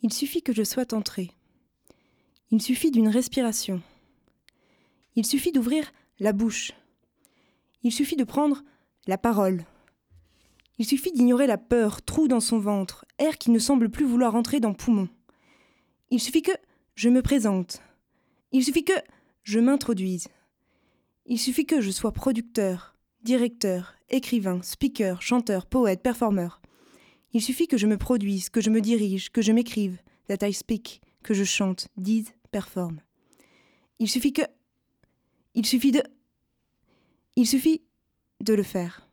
Il suffit que je sois entré. Il suffit d'une respiration. Il suffit d'ouvrir la bouche. Il suffit de prendre la parole. Il suffit d'ignorer la peur, trou dans son ventre, air qui ne semble plus vouloir entrer dans poumon. Il suffit que je me présente. Il suffit que je m'introduise. Il suffit que je sois producteur, directeur, écrivain, speaker, chanteur, poète, performeur. Il suffit que je me produise, que je me dirige, que je m'écrive, that I speak, que je chante, dise, performe. Il suffit de le faire.